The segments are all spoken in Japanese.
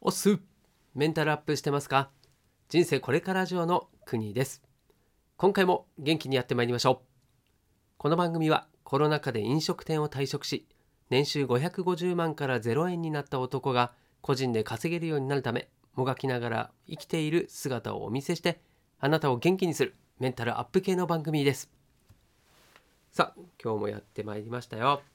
おっす、メンタルアップしてますか？人生これから上の国です。今回も元気にやってまいりましょう。この番組はコロナ禍で飲食店を退職し、年収550万から0円になった男が個人で稼げるようになるため、もがきながら生きている姿をお見せして、あなたを元気にするメンタルアップ系の番組です。さあ、今日もやってまいりましたよ。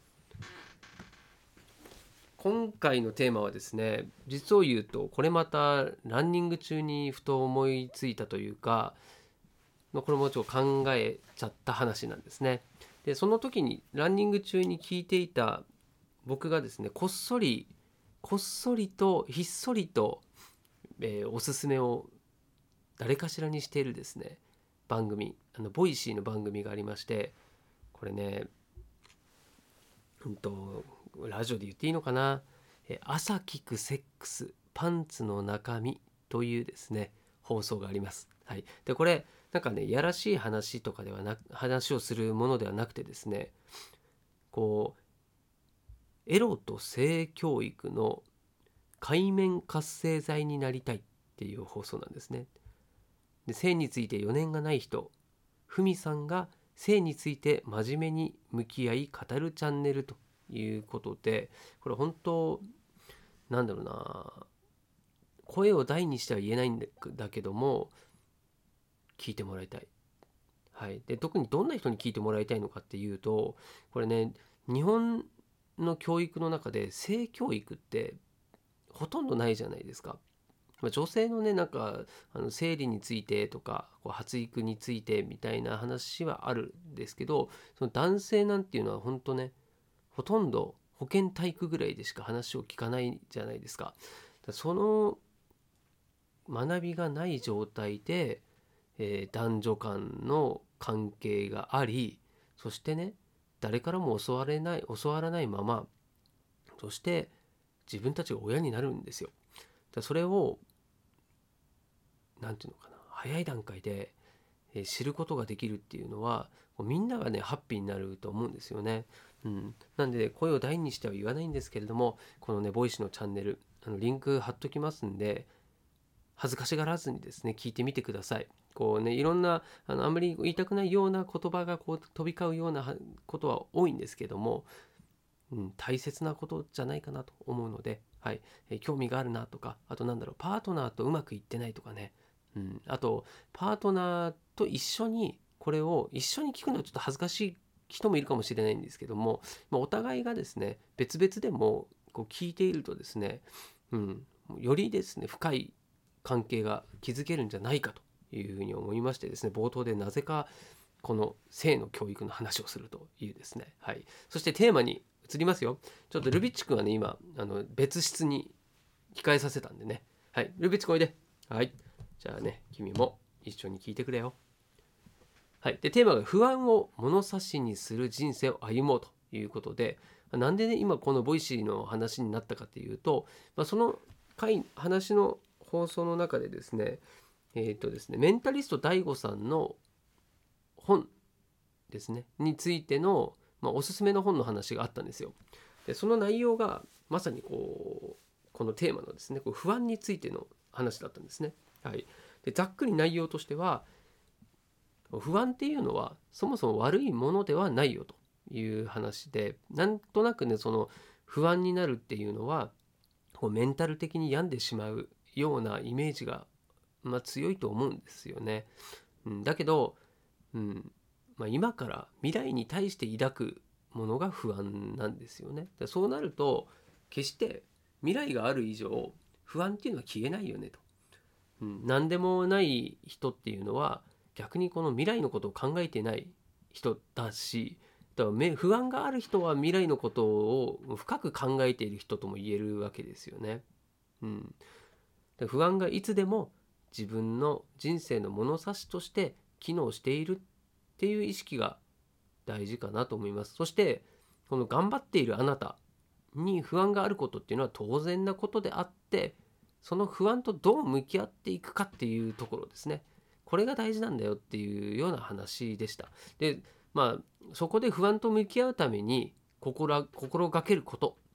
今回のテーマはですね、実を言うとこれまたランニング中にふと思いついたというか、これもちょっと考えちゃった話なんですね。でその時にランニング中に聞いていた、僕がですねこっそりとひっそりと、おすすめを誰かしらにしているですね番組、ボイシーの番組がありまして、これね、ラジオで言っていいのかな、朝聞くセックスパンツの中身というですね放送があります。はい、でこれなんかね、やらしい話とかではなく、話をするものではなくてですね、こうエロと性教育の界面活性剤になりたいっていう放送なんですね。で性について余念がない人、ふみさんが性について真面目に向き合い語るチャンネルということで、これ本当なんだろうな、声を大にしては言えないんだけども聞いてもらいたい。はい、で特にどんな人に聞いてもらいたいのかっていうと、これね、日本の教育の中で性教育ってほとんどないじゃないですか。女性のね、なんか生理についてとか発育についてみたいな話はあるんですけど、その男性なんていうのは本当ね、ほとんど保健体育ぐらいでしか話を聞かないじゃないですか。その学びがない状態で、男女間の関係があり、そしてね、誰からも教わらないまま、そして自分たちが親になるんですよ。それをなんていうのかな、早い段階で知ることができるっていうのは、みんながねハッピーになると思うんですよね。なんで声を大にしては言わないんですけれども、このねボイスのチャンネル、リンク貼っときますんで、恥ずかしがらずにですね聞いてみてください。いろんなあんまり言いたくないような言葉が飛び交うようなことは多いんですけども、大切なことじゃないかなと思うので、はい、興味があるなとか、あとパートナーとうまくいってないとかね、あとパートナーと一緒にこれを一緒に聞くのはちょっと恥ずかしい人もいるかもしれないんですけども、お互いがですね別々でも聞いているとですね、よりですね深い関係が築けるんじゃないかというふうに思いましてですね、冒頭でなぜかこの性の教育の話をするというですね、はい、そしてテーマに移りますよ。ちょっとルビッチ君はね今別室に控えさせたんでね、はい、ルビッチ君おいで。はい、じゃあね、君も一緒に聞いてくれよ。はい、でテーマが不安を物差しにする人生を歩もうということで、なんでね今このボイシーの話になったかというと、その話の放送の中でですね、メンタリスト DAIGO さんの本ですねについての、おすすめの本の話があったんですよ。でその内容がまさにこのテーマのですね不安についての話だったんですね。はい、でざっくり内容としては、不安っていうのはそもそも悪いものではないよという話で、なんとなくねその不安になるっていうのはメンタル的に病んでしまうようなイメージが、強いと思うんですよね。だけど、今から未来に対して抱くものが不安なんですよね。そうなると決して未来がある以上不安っていうのは消えないよねと。何でもない人っていうのは逆にこの未来のことを考えてない人だし、だから不安がある人は未来のことを深く考えている人とも言えるわけですよね。で不安がいつでも自分の人生の物差しとして機能しているっていう意識が大事かなと思います。そしてこの頑張っているあなたに不安があることっていうのは当然なことであって、その不安とどう向き合っていくかっていうところですね、これが大事なんだよっていうような話でした。でそこで不安と向き合うために心がけること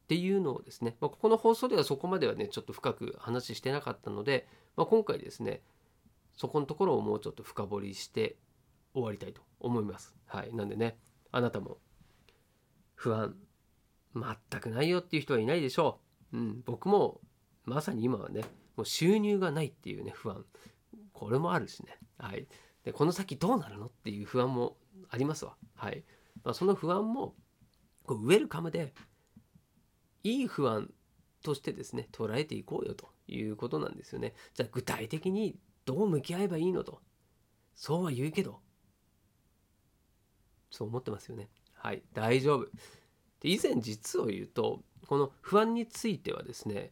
っていうのをですね、ここの放送ではそこまではねちょっと深く話してなかったので、今回ですねそこのところをもうちょっと深掘りして終わりたいと思います。はい、なんでね、あなたも不安全くないよっていう人はいないでしょう。僕もまさに今はね、もう収入がないっていうね不安、これもあるしね。はい。で、この先どうなるのっていう不安もありますわ。はい。その不安もこうウェルカムでいい不安としてですね捉えていこうよということなんですよね。じゃあ具体的にどう向き合えばいいのと、そうは言うけどそう思ってますよね。はい、大丈夫。で、以前実を言うとこの不安についてはですね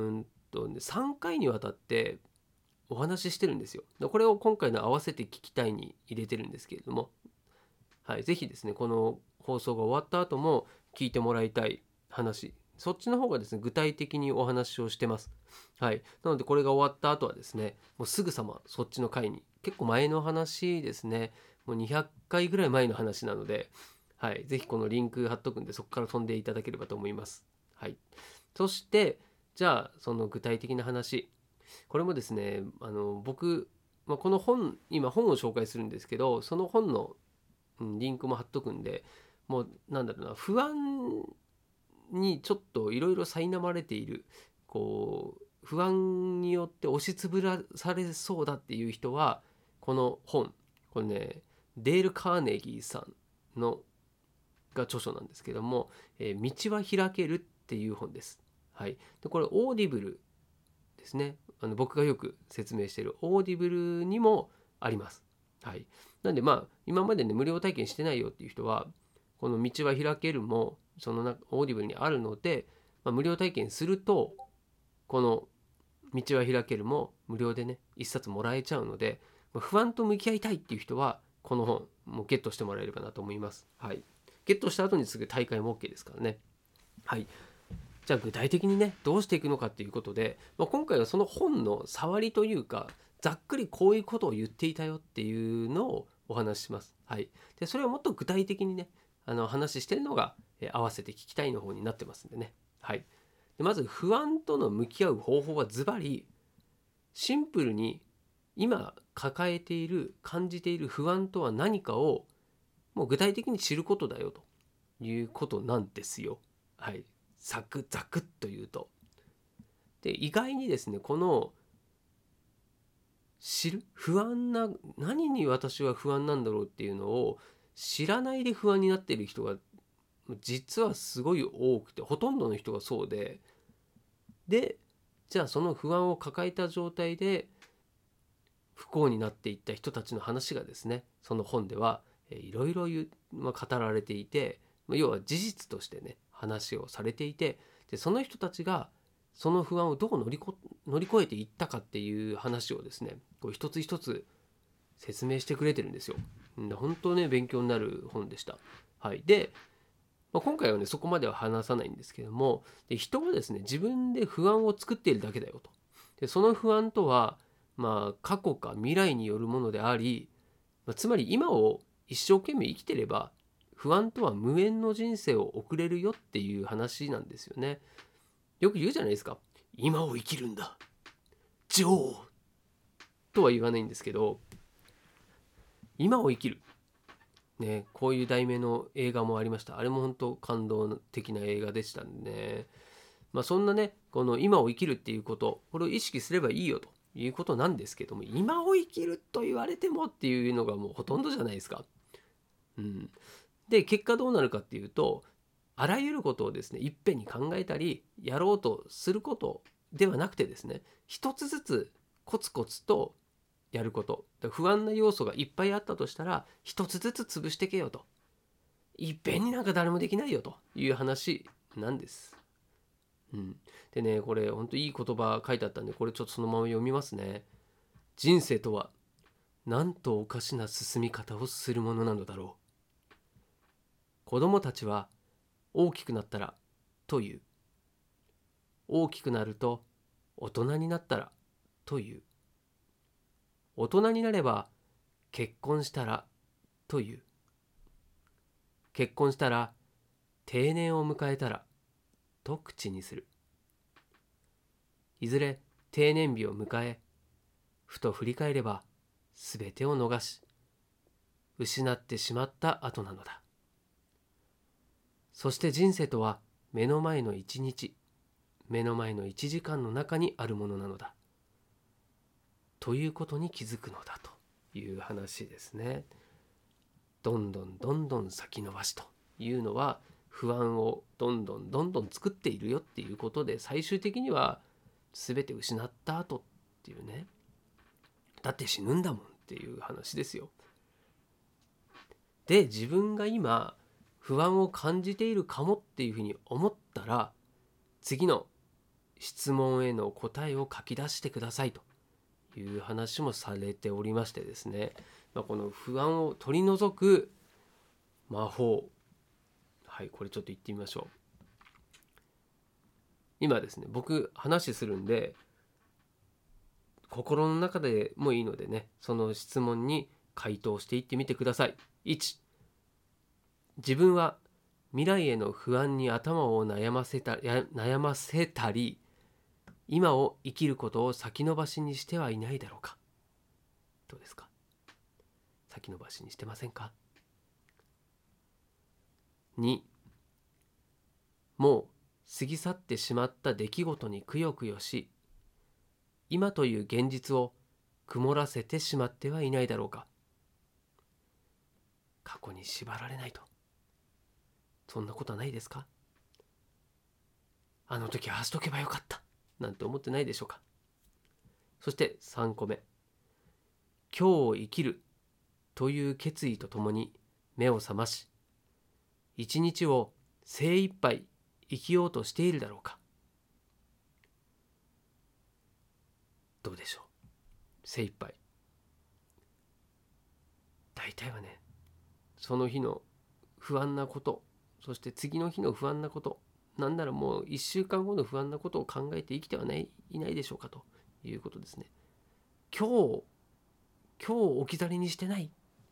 3回にわたってお話ししてるんですよ。これを今回の合わせて聞きたいに入れてるんですけれども、はい、ぜひですねこの放送が終わった後も聞いてもらいたい話、そっちの方がですね具体的にお話をしてます。はい、なのでこれが終わった後はですねもうすぐさまそっちの回に、結構前の話ですね、もう200回ぐらい前の話なので、はい、ぜひこのリンク貼っとくんでそこから飛んでいただければと思います。はい、そしてじゃあその具体的な話、これもですね僕、この本今本を紹介するんですけど、その本のリンクも貼っとくんで、もうなんだろうな、不安にちょっといろいろ苛まれている、こう不安によって押しつぶらされそうだっていう人はこの本、これねデール・カーネギーさんのが著書なんですけども道は開けるっていう本です。はい、でこれオーディブルですね、僕がよく説明しているオーディブルにもあります。はい、なんで今までね無料体験してないよっていう人はこの道は開けるもそのオーディブルにあるので、無料体験するとこの道は開けるも無料でね一冊もらえちゃうので、不安と向き合いたいっていう人はこの本もゲットしてもらえればなと思います。はい、ゲットした後にすぐ大会も OK ですからね。はい、じゃあ具体的にねどうしていくのかっていうことで、今回はその本の触りというかざっくりこういうことを言っていたよっていうのをお話しします。はい、でそれをもっと具体的にね話してるのが合わせて聞きたいの方になってますんでね。はい、でまず不安との向き合う方法はズバリシンプルに今抱えている感じている不安とは何かをもう具体的に知ることだよということなんですよ。はい、ざくっと言うと。で意外にですねこの知る不安な、何に私は不安なんだろうっていうのを知らないで不安になっている人が実はすごい多くて、ほとんどの人がそうで、じゃあその不安を抱えた状態で不幸になっていった人たちの話がですねその本ではいろいろ語られていて、要は事実としてね話をされていて、でその人たちがその不安をどう乗り越えていったかっていう話をですねこう一つ一つ説明してくれてるんですよ。本当ね勉強になる本でした。はい、で、今回はねそこまでは話さないんですけども、人はですね自分で不安を作っているだけだよと。でその不安とは過去か未来によるものであり、つまり今を一生懸命生きてれば不安とは無縁の人生を送れるよっていう話なんですよね。よく言うじゃないですか、今を生きるんだ女王とは言わないんですけど、今を生きるね、こういう題名の映画もありました。あれも本当感動的な映画でしたんでね。そんなねこの今を生きるっていうこと、これを意識すればいいよということなんですけども、今を生きると言われてもっていうのがもうほとんどじゃないですか。で結果どうなるかっていうと、あらゆることをですねいっぺんに考えたりやろうとすることではなくてですね、一つずつコツコツとやること。不安な要素がいっぱいあったとしたら一つずつ潰してけよと。いっぺんになんか誰もできないよという話なんです。でねこれほんといい言葉書いてあったんで、これちょっとそのまま読みますね。人生とはなんとおかしな進み方をするものなのだろう。子供たちは大きくなったらという。大きくなると大人になったらという。大人になれば結婚したらという。結婚したら定年を迎えたらと口にする。いずれ定年日を迎え、ふと振り返ればすべてを逃し、失ってしまった後なのだ。そして人生とは目の前の一日、目の前の1時間の中にあるものなのだ。ということに気づくのだという話ですね。どんどんどんどん先延ばしというのは不安をどんどんどんどん作っているよっていうことで、最終的には全て失った後っていうね。だって死ぬんだもんっていう話ですよ。で、自分が今不安を感じているかもっていうふうに思ったら、次の質問への答えを書き出してくださいという話もされておりましてですね、この不安を取り除く魔法、はい、これちょっと言ってみましょう。今ですね、僕話するんで、心の中でもいいのでね、その質問に回答していってみてください。1、自分は未来への不安に頭を悩ませたり、今を生きることを先延ばしにしてはいないだろうか。どうですか？先延ばしにしてませんか？ 2、もう過ぎ去ってしまった出来事にくよくよし、今という現実を曇らせてしまってはいないだろうか。過去に縛られないと。そんなことはないですか？あの時ああしとけばよかったなんて思ってないでしょうか？そして3個目、今日を生きるという決意とともに目を覚まし、一日を精一杯生きようとしているだろうか。どうでしょう？精一杯。大体はね、その日の不安なこと、そして次の日の不安なこと、なんならもう1週間後の不安なことを考えて生きていないでしょうかということですね。今日置き去りにしてない。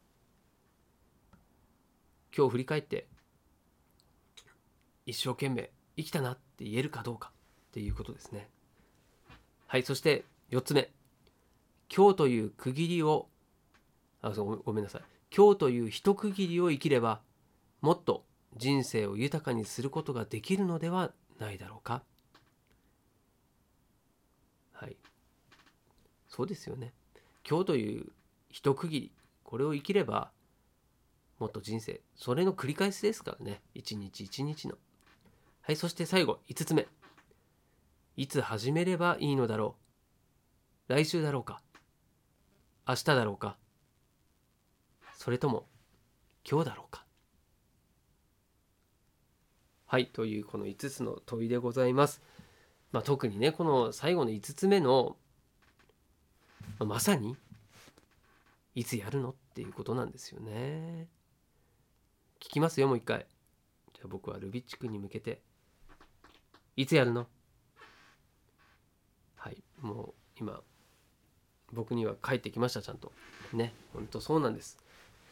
今日振り返って一生懸命生きたなって言えるかどうかっていうことですね。はい、そして4つ目、今日という区切りをごめんなさい、今日という一区切りを生きれば、もっと人生を豊かにすることができるのではないだろうか。はい、そうですよね。今日という一区切り、これを生きればもっと人生、それの繰り返しですからね、一日一日の。はい、そして最後5つ目、いつ始めればいいのだろう。来週だろうか、明日だろうか、それとも今日だろうか。はい、というこの5つの問いでございます。特にね、この最後の5つ目の、まさにいつやるのっていうことなんですよね。聞きますよ、もう一回。じゃあ僕はルビッチ君に向けて、いつやるの？はい、もう今僕には返ってきました、ちゃんとね。本当そうなんです。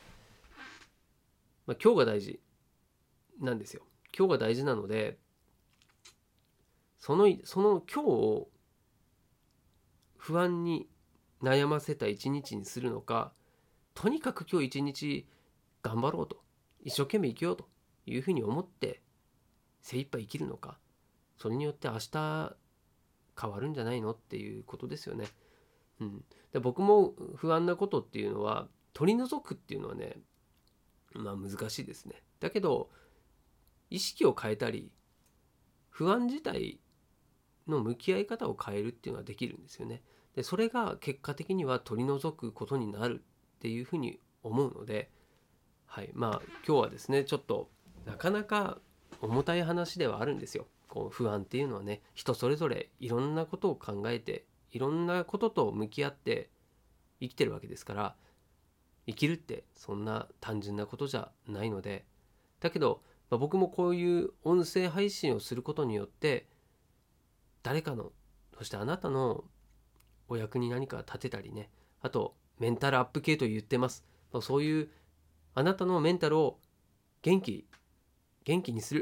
今日が大事なんですよ。今日が大事なので、その今日を不安に悩ませた一日にするのか、とにかく今日一日頑張ろうと、一生懸命生きようというふうに思って精一杯生きるのか、それによって明日変わるんじゃないのっていうことですよね。で僕も不安なことっていうのは取り除くっていうのはね、難しいですね。だけど意識を変えたり、不安自体の向き合い方を変えるっていうのはできるんですよね。でそれが結果的には取り除くことになるっていうふうに思うので、はい、今日はですね、ちょっとなかなか重たい話ではあるんですよ。こう不安っていうのはね、人それぞれいろんなことを考えて、いろんなことと向き合って生きてるわけですから、生きるってそんな単純なことじゃないので、だけど、僕もこういう音声配信をすることによって、誰かの、そしてあなたのお役に何か立てたりね、あとメンタルアップ系と言ってます。そういうあなたのメンタルを元気にする、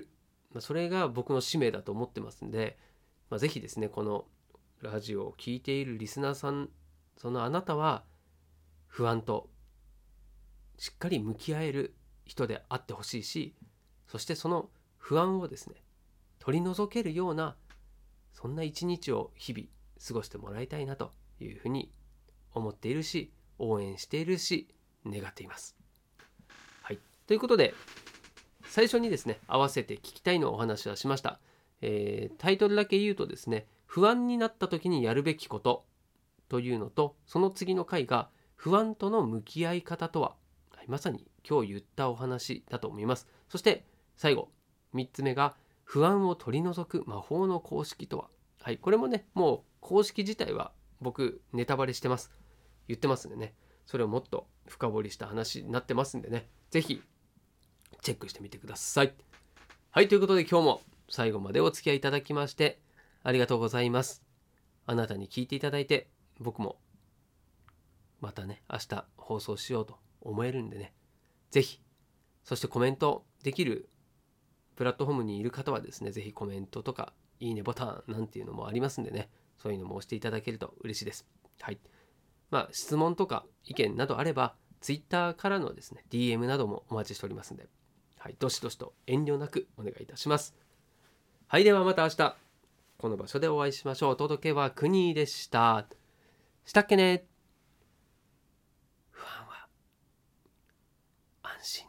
それが僕の使命だと思ってますんで、ぜひですね、このラジオを聞いているリスナーさん、そのあなたは不安としっかり向き合える人であってほしいし、そしてその不安をですね、取り除けるような、そんな一日を日々過ごしてもらいたいなというふうに思っているし、応援しているし、願っています。はい、ということで、最初にですね、合わせて聞きたいのお話はしました。タイトルだけ言うとですね、不安になった時にやるべきことというのと、その次の回が不安との向き合い方とは、まさに今日言ったお話だと思います。そして最後、3つ目が不安を取り除く魔法の公式とは。はい、これもね、もう公式自体は僕ネタバレしてます。言ってますんでね、それをもっと深掘りした話になってますんでね、ぜひチェックしてみてください。はい、ということで今日も最後までお付き合いいただきましてありがとうございます。あなたに聞いていただいて、僕もまたね、明日放送しようと思えるんでね、ぜひ、そしてコメントできるプラットフォームにいる方はですね、ぜひコメントとかいいねボタンなんていうのもありますんでね、そういうのも押していただけると嬉しいです。はい。質問とか意見などあれば、Twitter からのですね、DM などもお待ちしておりますんで、はい、どしどしと遠慮なくお願いいたします。はい、ではまた明日、この場所でお会いしましょう。お届けはクニーでした。したっけね。不安は安心。